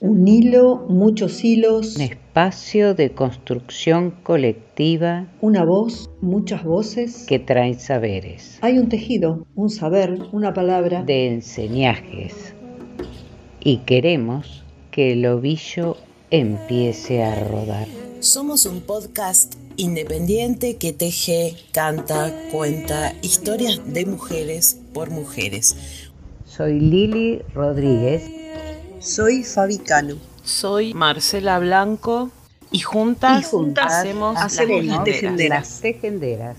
Un hilo, muchos hilos. Un espacio de construcción colectiva. Una voz, muchas voces. Que traen saberes. Hay un tejido, un saber, una palabra. De enseñajes. Y queremos que el ovillo empiece a rodar. Somos un podcast independiente que teje, canta, cuenta historias de mujeres por mujeres. Soy Lili Rodríguez. Soy Fabi Cano. Soy Marcela Blanco y juntas hacemos las tejenderas.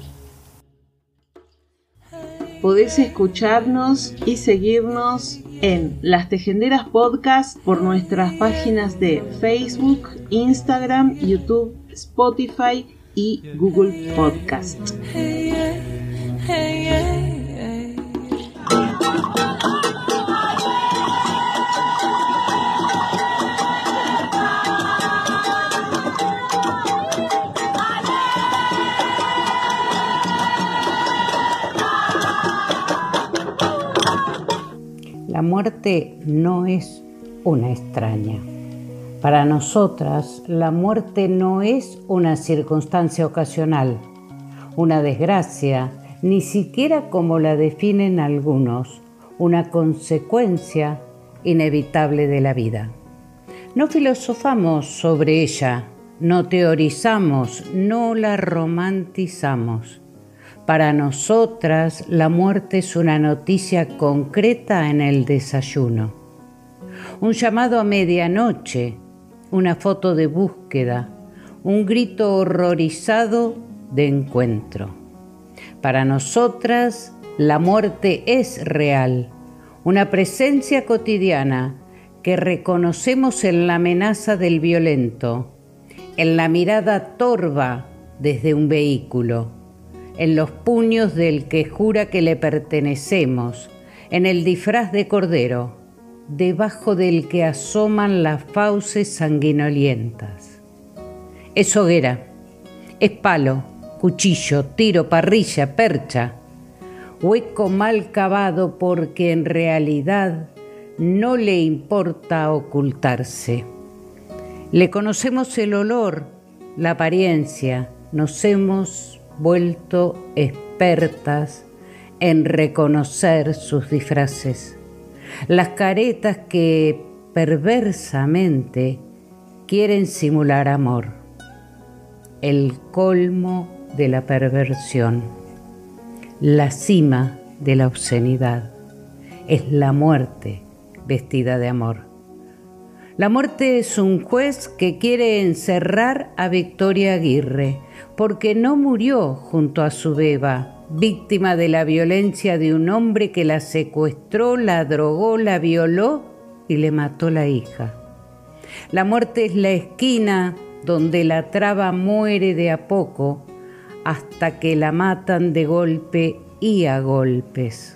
Podés escucharnos y seguirnos en Las Tejenderas Podcast por nuestras páginas de Facebook, Instagram, YouTube, Spotify y Google Podcast. La muerte no es una extraña. Para nosotras, la muerte no es una circunstancia ocasional, una desgracia, ni siquiera como la definen algunos, una consecuencia inevitable de la vida. No filosofamos sobre ella, no teorizamos, no la romantizamos. Para nosotras, la muerte es una noticia concreta en el desayuno. Un llamado a medianoche, una foto de búsqueda, un grito horrorizado de encuentro. Para nosotras, la muerte es real, una presencia cotidiana que reconocemos en la amenaza del violento, en la mirada torva desde un vehículo, en los puños del que jura que le pertenecemos, en el disfraz de cordero, debajo del que asoman las fauces sanguinolientas. Es hoguera, es palo, cuchillo, tiro, parrilla, percha, hueco mal cavado porque en realidad no le importa ocultarse. Le conocemos el olor, la apariencia, nos hemos vuelto expertas en reconocer sus disfraces, las caretas que perversamente quieren simular amor, el colmo de la perversión, la cima de la obscenidad, es la muerte vestida de amor. La muerte es un juez que quiere encerrar a Victoria Aguirre porque no murió junto a su beba, víctima de la violencia de un hombre que la secuestró, la drogó, la violó y le mató la hija. La muerte es la esquina donde la traba muere de a poco hasta que la matan de golpe y a golpes.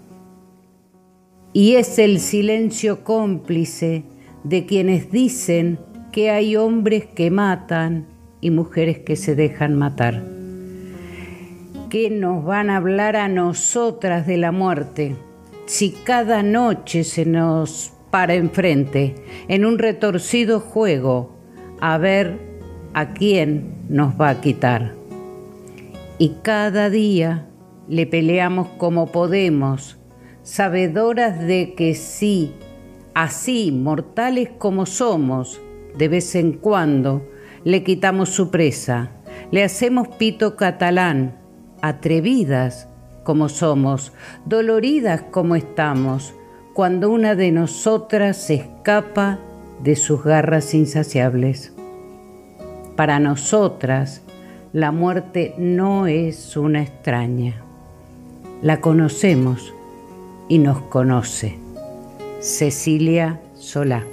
Y es el silencio cómplice de quienes dicen que hay hombres que matan y mujeres que se dejan matar. ¿Qué nos van a hablar a nosotras de la muerte si cada noche se nos para enfrente en un retorcido juego a ver a quién nos va a quitar? Y cada día le peleamos como podemos, sabedoras de que sí, así, mortales como somos, de vez en cuando le quitamos su presa, le hacemos pito catalán, atrevidas como somos, doloridas como estamos, cuando una de nosotras se escapa de sus garras insaciables. Para nosotras, la muerte no es una extraña. La conocemos y nos conoce. Cecilia Solá.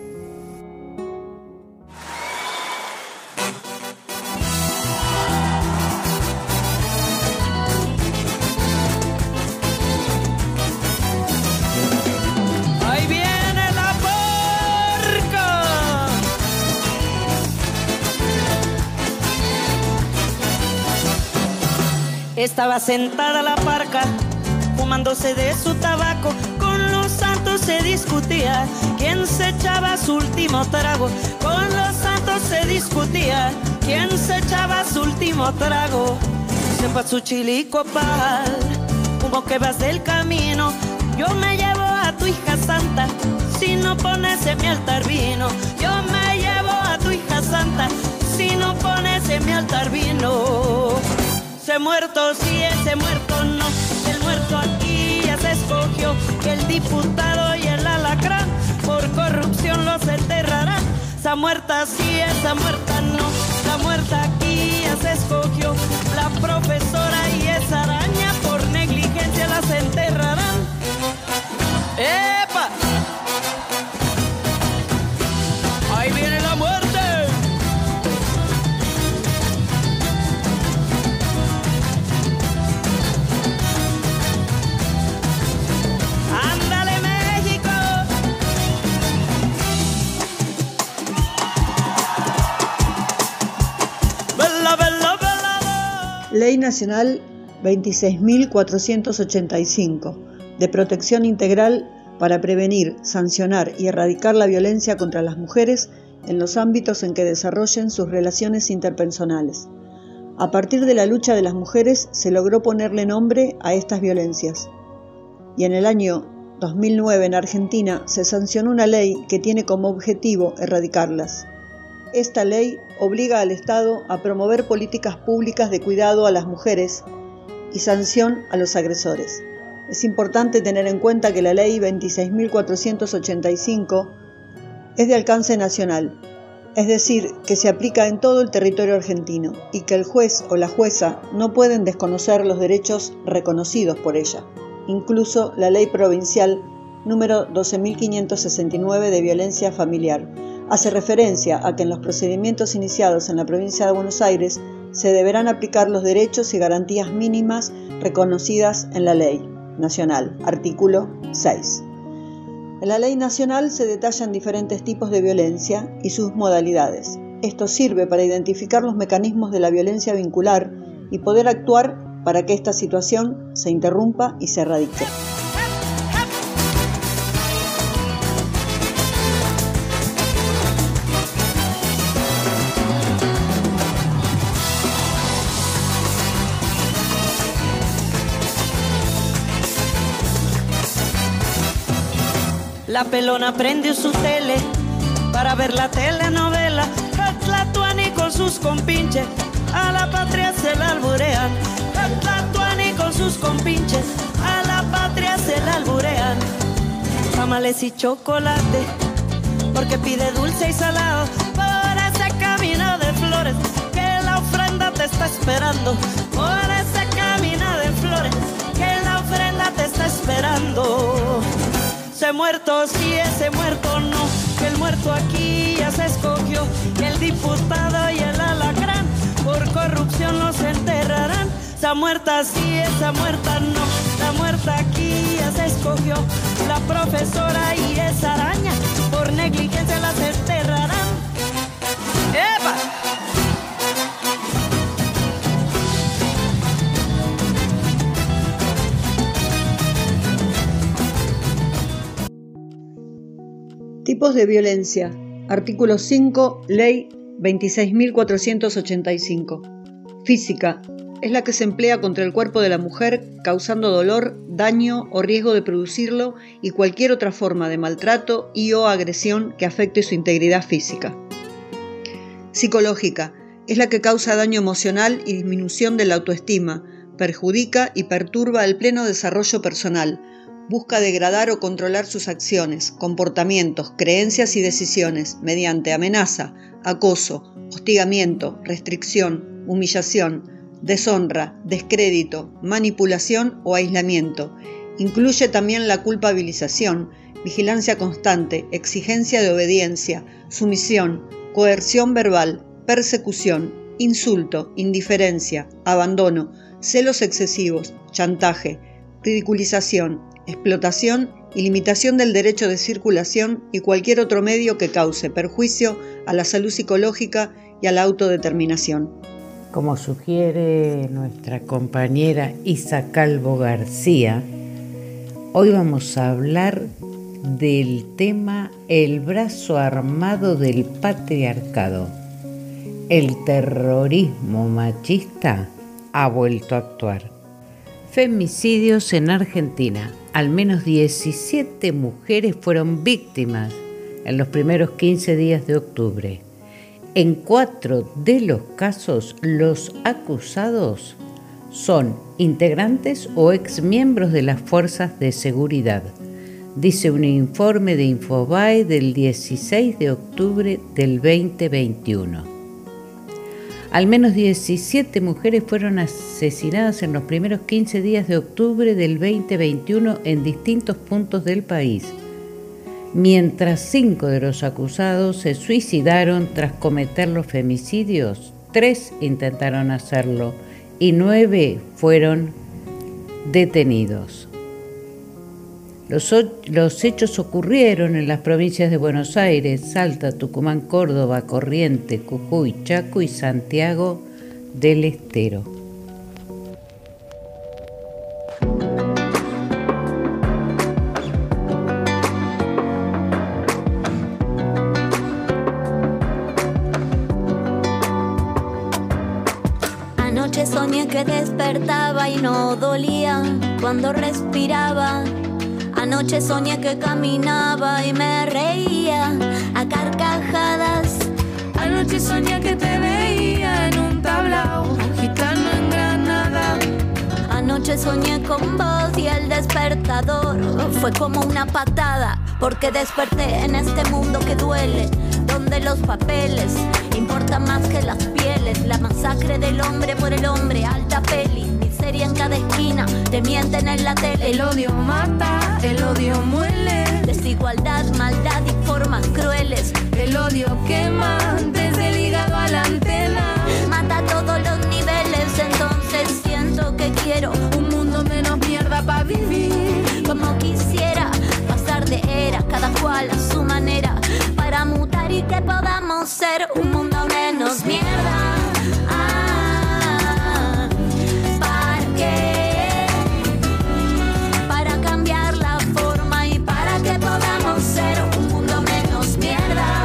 ¡Ahí viene la porca! Estaba sentada la parca, fumándose de su tabaco, con los santos se discutía quién se echaba su último trago. Con los santos se discutía quién se echaba su último trago. Siempre su chilicopal, como que vas del camino. Yo me llevo a tu hija santa, si no pones en mi altar vino. Yo me llevo a tu hija santa, si no pones en mi altar vino. Se muerto sí, ese muerto no. El muerto aquí ya se escogió, que el diputado y el alacrán por corrupción los enterrarán. Esa muerta sí, esa muerta no. La muerta aquí ya se escogió, la profesora y esa araña por negligencia las enterrarán. ¡Epa! ¡Ahí viene la muerte! ¡Ándale, México! ¡Bella, bella, bella! Ley Nacional 26.485 de protección integral para prevenir, sancionar y erradicar la violencia contra las mujeres en los ámbitos en que desarrollen sus relaciones interpersonales. A partir de la lucha de las mujeres se logró ponerle nombre a estas violencias. Y en el año 2009 en Argentina se sancionó una ley que tiene como objetivo erradicarlas. Esta ley obliga al Estado a promover políticas públicas de cuidado a las mujeres y sanción a los agresores. Es importante tener en cuenta que la ley 26.485 es de alcance nacional, es decir, que se aplica en todo el territorio argentino y que el juez o la jueza no pueden desconocer los derechos reconocidos por ella. Incluso la ley provincial número 12.569 de violencia familiar hace referencia a que en los procedimientos iniciados en la provincia de Buenos Aires se deberán aplicar los derechos y garantías mínimas reconocidas en la ley nacional, artículo 6. En la ley nacional se detallan diferentes tipos de violencia y sus modalidades. Esto sirve para identificar los mecanismos de la violencia vincular y poder actuar para que esta situación se interrumpa y se erradique. La pelona prendió su tele para ver la telenovela. Atlatuani con sus compinches, a la patria se la alburean. Atlatuani con sus compinches, a la patria se la alburean. Tamales y chocolate, porque pide dulce y salado. Por ese camino de flores, que la ofrenda te está esperando. Por ese camino de flores, que la ofrenda te está esperando. Ese muerto sí, ese muerto no, que el muerto aquí ya se escogió, que el diputado y el alacrán por corrupción los enterrarán. Esa muerta sí, esa muerta no, la muerta aquí ya se escogió, la profesora y esa araña por negligencia las enterrarán. ¡Epa! Tipos de violencia. Artículo 5, Ley 26.485. Física. Es la que se emplea contra el cuerpo de la mujer, causando dolor, daño o riesgo de producirlo y cualquier otra forma de maltrato y o agresión que afecte su integridad física. Psicológica. Es la que causa daño emocional y disminución de la autoestima, perjudica y perturba el pleno desarrollo personal, busca degradar o controlar sus acciones, comportamientos, creencias y decisiones mediante amenaza, acoso, hostigamiento, restricción, humillación, deshonra, descrédito, manipulación o aislamiento. Incluye también la culpabilización, vigilancia constante, exigencia de obediencia, sumisión, coerción verbal, persecución, insulto, indiferencia, abandono, celos excesivos, chantaje, ridiculización, explotación y limitación del derecho de circulación y cualquier otro medio que cause perjuicio a la salud psicológica y a la autodeterminación. Como sugiere nuestra compañera Isa Calvo García, hoy vamos a hablar del tema El brazo armado del patriarcado. El terrorismo machista ha vuelto a actuar. Femicidios en Argentina. Al menos 17 mujeres fueron víctimas en los primeros 15 días de octubre. En 4 de los casos, los acusados son integrantes o exmiembros de las fuerzas de seguridad, dice un informe de Infobae del 16 de octubre del 2021. Al menos 17 mujeres fueron asesinadas en los primeros 15 días de octubre del 2021 en distintos puntos del país, mientras 5 de los acusados se suicidaron tras cometer los femicidios. 3 intentaron hacerlo y 9 fueron detenidos. Los hechos ocurrieron en las provincias de Buenos Aires, Salta, Tucumán, Córdoba, Corrientes, Jujuy, Chaco y Santiago del Estero. Anoche soñé que despertaba y no dolía cuando respiraba. Anoche soñé que caminaba y me reía a carcajadas. Anoche soñé que te veía en un tablao, gitano en Granada. Anoche soñé con vos y el despertador fue como una patada, porque desperté en este mundo que duele, donde los papeles importan más que las pieles. La masacre del hombre por el hombre, alta peli, miseria en cada esquina, te mienten en la tele. El odio mata, el odio muele, desigualdad, maldad y formas crueles. El odio quema desde el hígado a la antena, mata a todos los niveles. Entonces siento que quiero un mundo menos mierda para vivir. Como quisiera pasar de era, cada cual a su manera, para mutar y que podamos ser un mundo menos mierda. ¿Para qué? Para cambiar la forma y para que podamos ser un mundo menos mierda.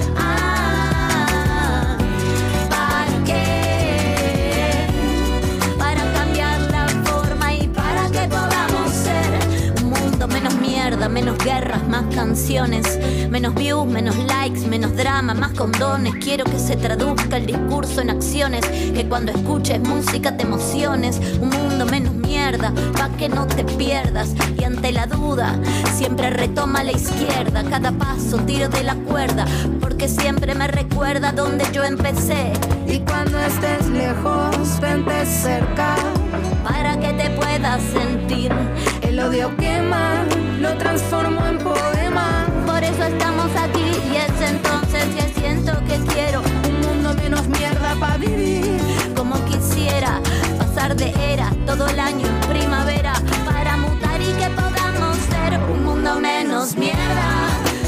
¿Para qué? Para cambiar la forma y para que podamos ser un mundo menos mierda, menos guerras, más canciones, menos views, menos likes, menos drama, más condones. Quiero que se traduzca el discurso en acciones, que cuando escuches música te emociones. Un mundo menos mierda, pa' que no te pierdas. Y ante la duda, siempre retoma la izquierda. Cada paso tiro de la cuerda, porque siempre me recuerda donde yo empecé. Y cuando estés lejos, vente cerca, para que te puedas sentir. El odio quema, lo transformo en poema. Por eso estamos aquí y es entonces que siento que quiero un mundo menos mierda para vivir. Como quisiera pasar de era todo el año en primavera, para mutar y que podamos ser un mundo menos mierda.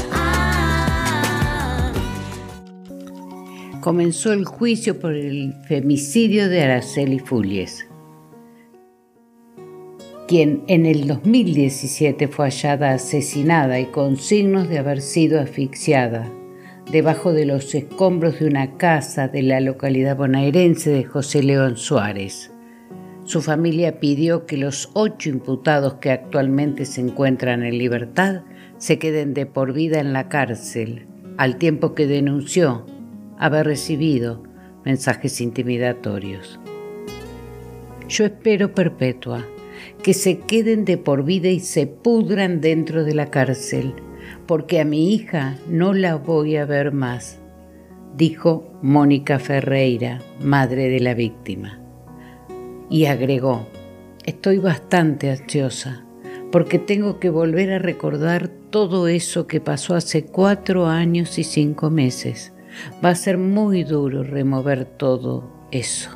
Comenzó el juicio por el femicidio de Araceli Fulies, quien en el 2017 fue hallada asesinada y con signos de haber sido asfixiada debajo de los escombros de una casa de la localidad bonaerense de José León Suárez. Su familia pidió que los 8 imputados que actualmente se encuentran en libertad se queden de por vida en la cárcel, al tiempo que denunció haber recibido mensajes intimidatorios. Yo espero perpetua, que se queden de por vida y se pudran dentro de la cárcel, porque a mi hija no la voy a ver más, dijo Mónica Ferreira, madre de la víctima. Y agregó: estoy bastante ansiosa, porque tengo que volver a recordar todo eso que pasó hace 4 años y 5 meses. Va a ser muy duro remover todo eso.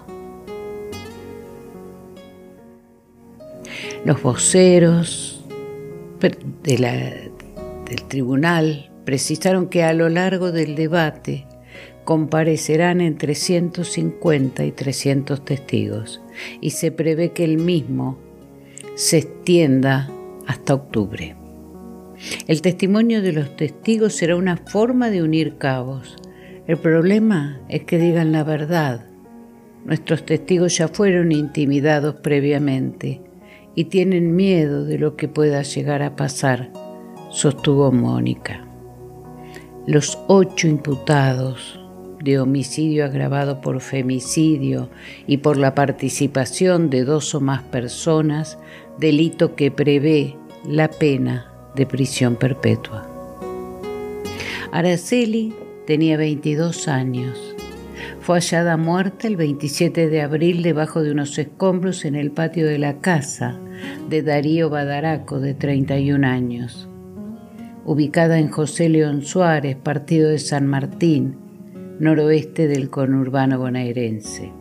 Los voceros del tribunal precisaron que a lo largo del debate comparecerán entre 150 y 300 testigos y se prevé que el mismo se extienda hasta octubre. El testimonio de los testigos será una forma de unir cabos. El problema es que digan la verdad. Nuestros testigos ya fueron intimidados previamente y tienen miedo de lo que pueda llegar a pasar, sostuvo Mónica. Los 8 imputados de homicidio agravado por femicidio y por la participación de 2 o más personas, delito que prevé la pena de prisión perpetua. Araceli tenía 22 años. Fue hallada muerta el 27 de abril debajo de unos escombros en el patio de la casa de Darío Badaraco, de 31 años. Ubicada en José León Suárez, partido de San Martín, noroeste del conurbano bonaerense.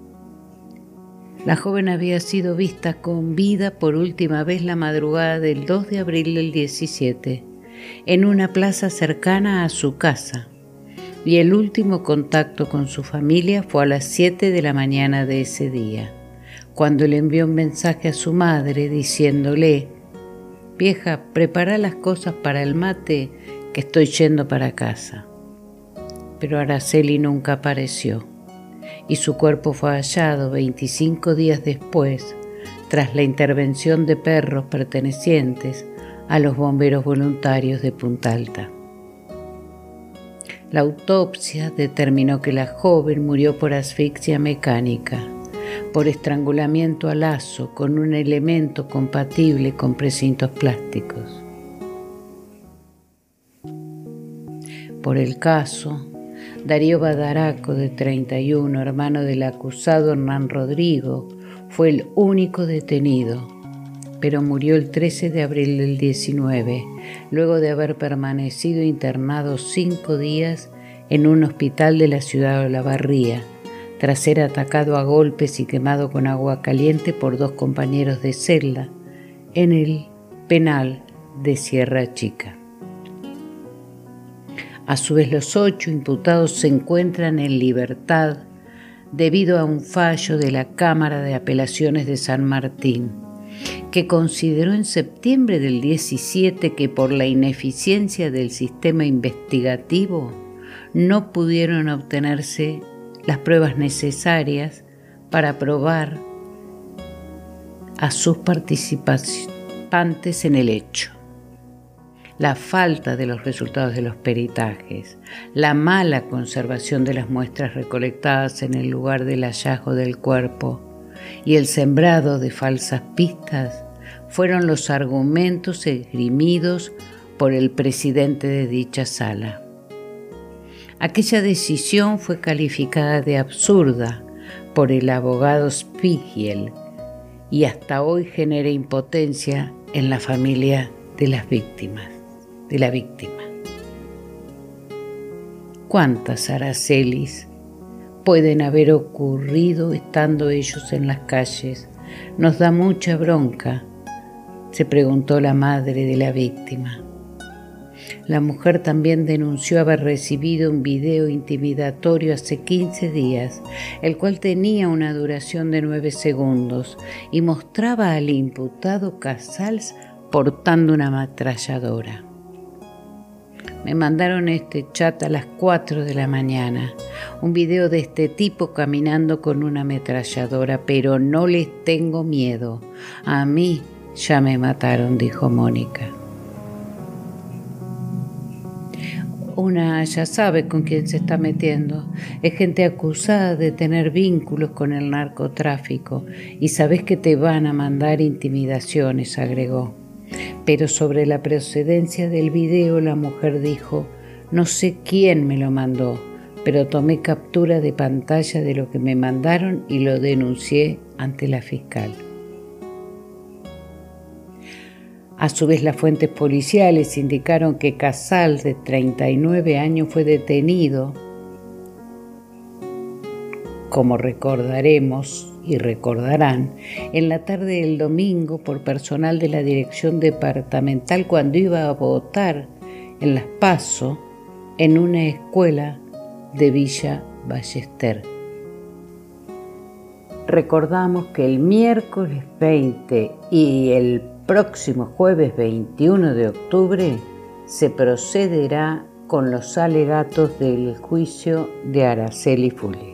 La joven había sido vista con vida por última vez la madrugada del 2 de abril del 17, en una plaza cercana a su casa, y el último contacto con su familia fue a las 7 de la mañana de ese día, cuando le envió un mensaje a su madre diciéndole: «Vieja, prepara las cosas para el mate, que estoy yendo para casa». Pero Araceli nunca apareció, y su cuerpo fue hallado 25 días después, tras la intervención de perros pertenecientes a los bomberos voluntarios de Punta Alta. La autopsia determinó que la joven murió por asfixia mecánica, por estrangulamiento a lazo con un elemento compatible con precintos plásticos. Por el caso, Darío Badaraco, de 31, hermano del acusado Hernán Rodrigo, fue el único detenido, pero murió el 13 de abril del 19, luego de haber permanecido internado 5 días en un hospital de la ciudad de Olavarría, tras ser atacado a golpes y quemado con agua caliente por 2 compañeros de celda en el penal de Sierra Chica. A su vez, los 8 imputados se encuentran en libertad debido a un fallo de la Cámara de Apelaciones de San Martín, que consideró en septiembre del 17 que por la ineficiencia del sistema investigativo no pudieron obtenerse las pruebas necesarias para probar a sus participantes en el hecho. La falta de los resultados de los peritajes, la mala conservación de las muestras recolectadas en el lugar del hallazgo del cuerpo y el sembrado de falsas pistas fueron los argumentos esgrimidos por el presidente de dicha sala. Aquella decisión fue calificada de absurda por el abogado Spiegel y hasta hoy genera impotencia en la familia de la víctima. ¿Cuántas Aracelis pueden haber ocurrido estando ellos en las calles? Nos da mucha bronca, se preguntó la madre de la víctima. La mujer también denunció haber recibido un video intimidatorio hace 15 días, el cual tenía una duración de 9 segundos y mostraba al imputado Casals portando una ametralladora. Me mandaron este chat a las 4 de la mañana, un video de este tipo caminando con una ametralladora, pero no les tengo miedo. A mí ya me mataron, dijo Mónica. Una ya sabe con quién se está metiendo. Es gente acusada de tener vínculos con el narcotráfico y sabes que te van a mandar intimidaciones, agregó. Pero sobre la procedencia del video, la mujer dijo: no sé quién me lo mandó, pero tomé captura de pantalla de lo que me mandaron y lo denuncié ante la fiscal. A su vez, las fuentes policiales indicaron que Casals, de 39 años, fue detenido, como recordaremos y recordarán, en la tarde del domingo por personal de la dirección departamental cuando iba a votar en las PASO en una escuela de Villa Ballester. Recordamos que el miércoles 20 y el próximo jueves 21 de octubre se procederá con los alegatos del juicio de Araceli Funes.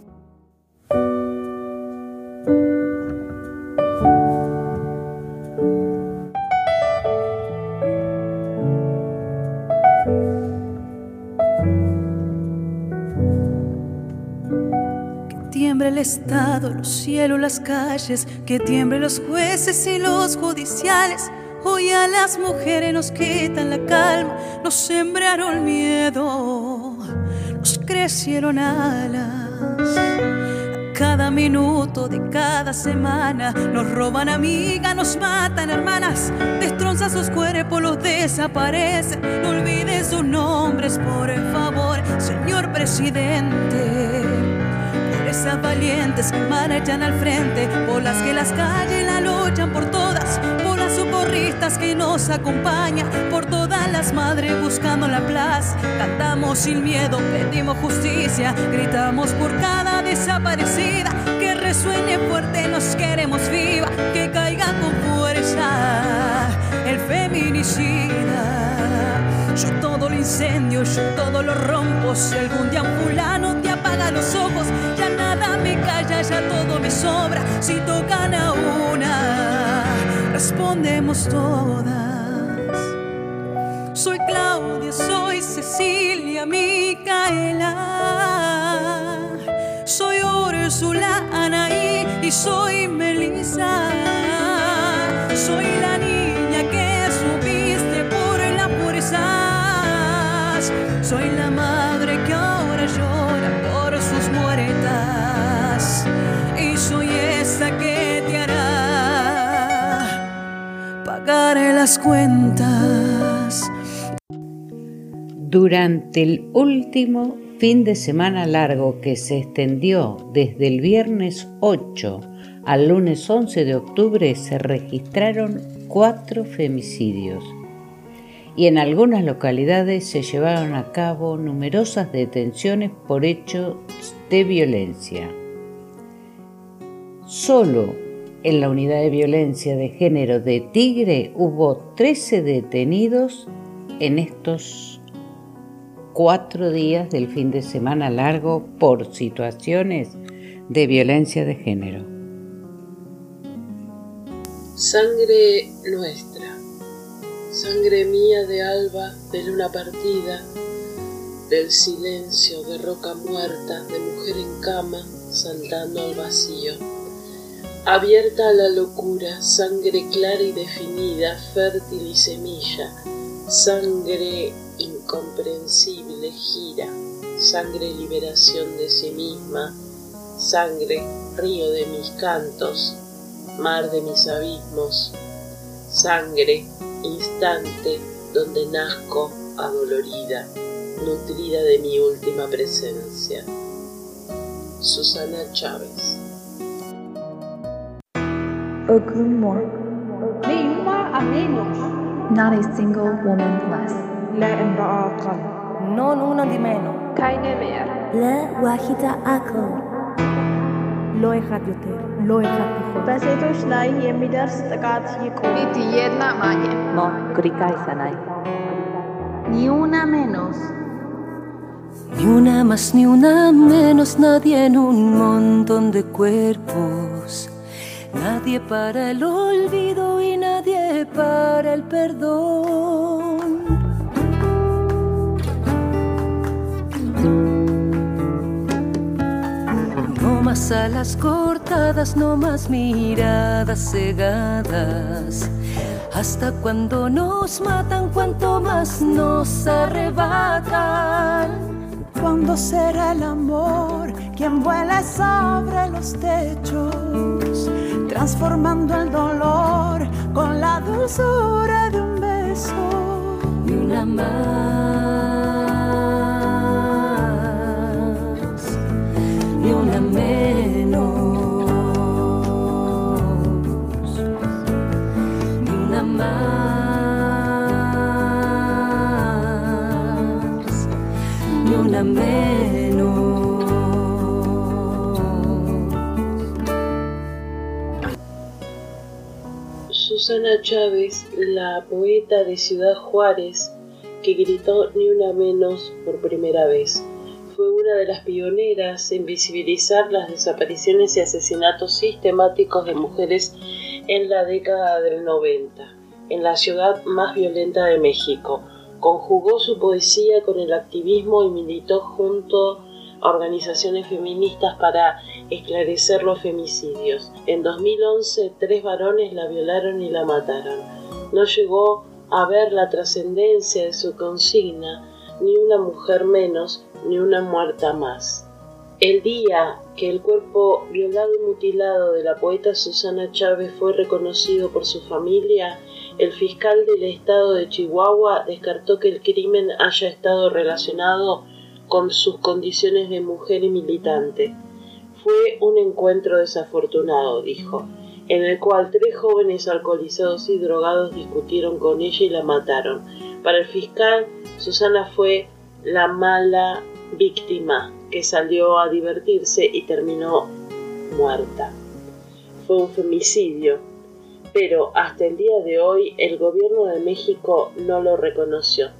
El Estado, los cielos, las calles, que tiemblen los jueces y los judiciales. Hoy a las mujeres nos quitan la calma, nos sembraron miedo, nos crecieron alas. A cada minuto de cada semana nos roban amigas, nos matan hermanas, destrozan sus cuerpos, los desaparecen. No olviden sus nombres, por favor, señor presidente. Esas valientes que marchan al frente, por las que las calles la luchan por todas, por las socorristas que nos acompañan, por todas las madres buscando la plaza. Cantamos sin miedo, pedimos justicia, gritamos por cada desaparecida, que resuene fuerte, nos queremos viva, que caiga con fuerza el feminicida. Yo todo lo incendio, yo todo lo rompo. Si algún día un fulano te apaga los ojos, ya nada me calla, ya todo me sobra. Si tocan a una, respondemos todas. Soy Claudia, soy Cecilia, Micaela, soy Úrsula, Anaí y soy Melissa. Soy la niña que subiste por la pureza. Soy la madre que ahora llora por sus muertas. Y soy esa que te hará pagar las cuentas. Durante el último fin de semana largo que se extendió desde el viernes 8 al lunes 11 de octubre se registraron 4 femicidios. Y en algunas localidades se llevaron a cabo numerosas detenciones por hechos de violencia. Solo en la unidad de violencia de género de Tigre hubo 13 detenidos en estos 4 días del fin de semana largo por situaciones de violencia de género. Sangre nuestra. Sangre mía de alba, de luna partida, del silencio, de roca muerta, de mujer en cama, saltando al vacío. Abierta a la locura, sangre clara y definida, fértil y semilla, sangre incomprensible gira, sangre liberación de sí misma, sangre río de mis cantos, mar de mis abismos, sangre instante donde nazco adolorida, nutrida de mi última presencia. Susana Chávez. Ogunmore. Ni una a menos. Not a single woman less. لا امرأة أقل. Non una di meno. keine mehr. لا واحدة أقل. לא אחד יותר. לא אחד פחות. በሴቶች ላይ የሚደርስ ጥቃት ይቁም። Niti jedna manje. No, grikaisanai. Ni una menos. Ni una más ni una menos, nadie en un montón de cuerpos. Nadie para el olvido y nadie para el perdón. No más alas cortadas, no más miradas cegadas. Hasta cuando nos matan, cuanto más nos arrebatan. ¿Cuándo será el amor quien vuela sobre los techos, transformando el dolor con la dulzura de un beso? Ni una más, ni una menos, ni una más, ni una menos. Susana Chávez, la poeta de Ciudad Juárez, que gritó "Ni una menos" por primera vez. Fue una de las pioneras en visibilizar las desapariciones y asesinatos sistemáticos de mujeres en la década del 90, en la ciudad más violenta de México. Conjugó su poesía con el activismo y militó junto a organizaciones feministas para esclarecer los femicidios. En 2011, 3 varones la violaron y la mataron. No llegó a ver la trascendencia de su consigna, ni una mujer menos, ni una muerta más. El día que el cuerpo violado y mutilado de la poeta Susana Chávez fue reconocido por su familia, el fiscal del estado de Chihuahua descartó que el crimen haya estado relacionado con sus condiciones de mujer y militante. Fue un encuentro desafortunado, dijo, en el cual 3 jóvenes alcoholizados y drogados discutieron con ella y la mataron. Para el fiscal, Susana fue la mala víctima que salió a divertirse y terminó muerta. Fue un femicidio, pero hasta el día de hoy el gobierno de México no lo reconoció.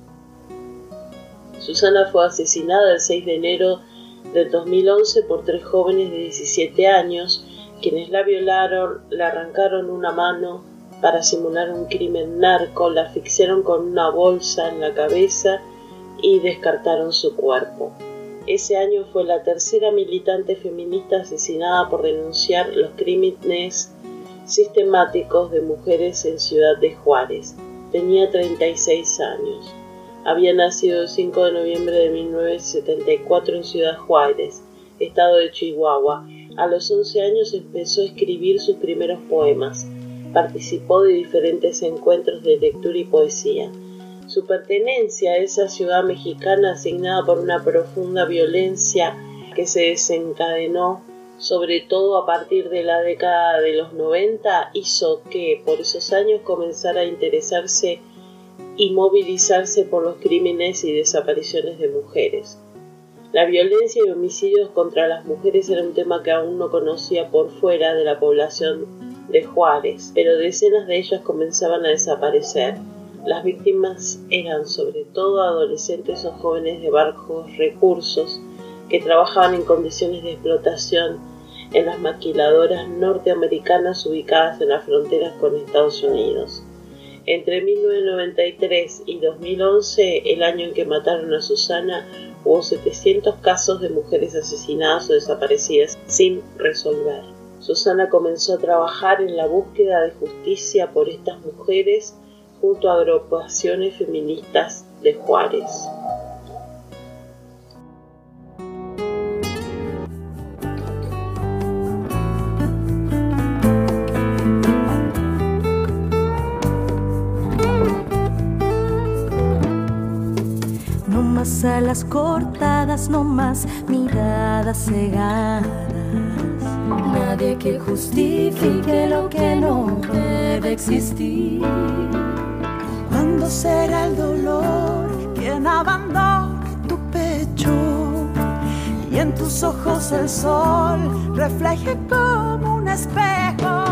Susana fue asesinada el 6 de enero del 2011 por 3 jóvenes de 17 años, quienes la violaron, le arrancaron una mano para simular un crimen narco, la asfixiaron con una bolsa en la cabeza y descartaron su cuerpo. Ese año fue la 3ª militante feminista asesinada por denunciar los crímenes sistemáticos de mujeres en Ciudad de Juárez. Tenía 36 años. Había nacido el 5 de noviembre de 1974 en Ciudad Juárez, estado de Chihuahua. A los 11 años empezó a escribir sus primeros poemas. Participó de diferentes encuentros de lectura y poesía. Su pertenencia a esa ciudad mexicana, asignada por una profunda violencia que se desencadenó sobre todo a partir de la década de los 90, hizo que por esos años comenzara a interesarse y movilizarse por los crímenes y desapariciones de mujeres. La violencia y homicidios contra las mujeres era un tema que aún no conocía por fuera de la población de Juárez, pero decenas de ellas comenzaban a desaparecer. Las víctimas eran sobre todo adolescentes o jóvenes de bajos recursos que trabajaban en condiciones de explotación en las maquiladoras norteamericanas ubicadas en las fronteras con Estados Unidos. Entre 1993 y 2011, el año en que mataron a Susana, hubo 700 casos de mujeres asesinadas o desaparecidas sin resolver. Susana comenzó a trabajar en la búsqueda de justicia por estas mujeres junto a agrupaciones feministas de Juárez. No más alas cortadas, no más miradas cegadas. Nadie que justifique lo que no debe existir. ¿Cuándo será el dolor quien abandone tu pecho y en tus ojos el sol refleje como un espejo?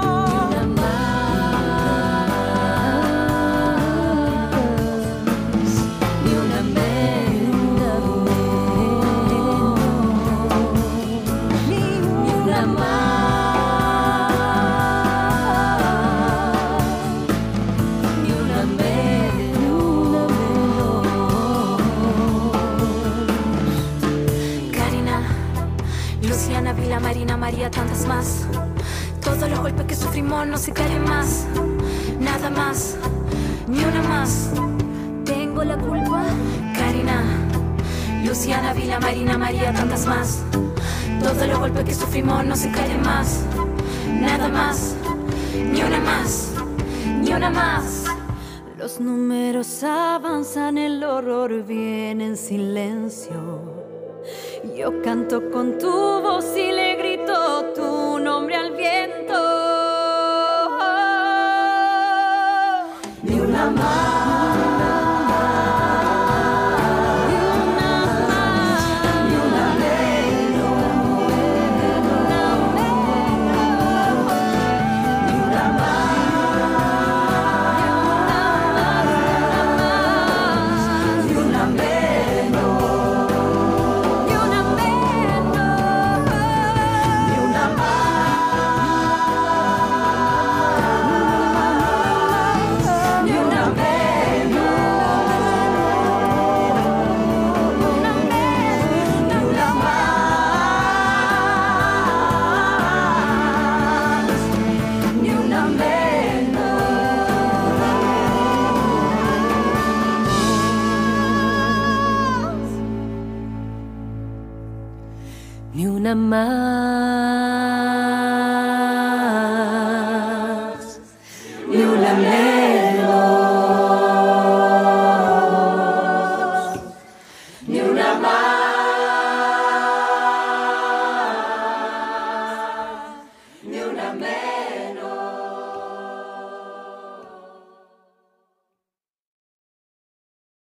Marina, María, tantas más. Todos los golpes que sufrimos no se callen más. Nada más, ni una más. Tengo la culpa. Karina, Luciana, Vila, Marina, María, tantas más. Todos los golpes que sufrimos no se callen más. Nada más, ni una más, ni una más. Los números avanzan, el horror viene en silencio. Yo canto con tu voz y le grito tu nombre al viento. Ni una más. Ni una una mano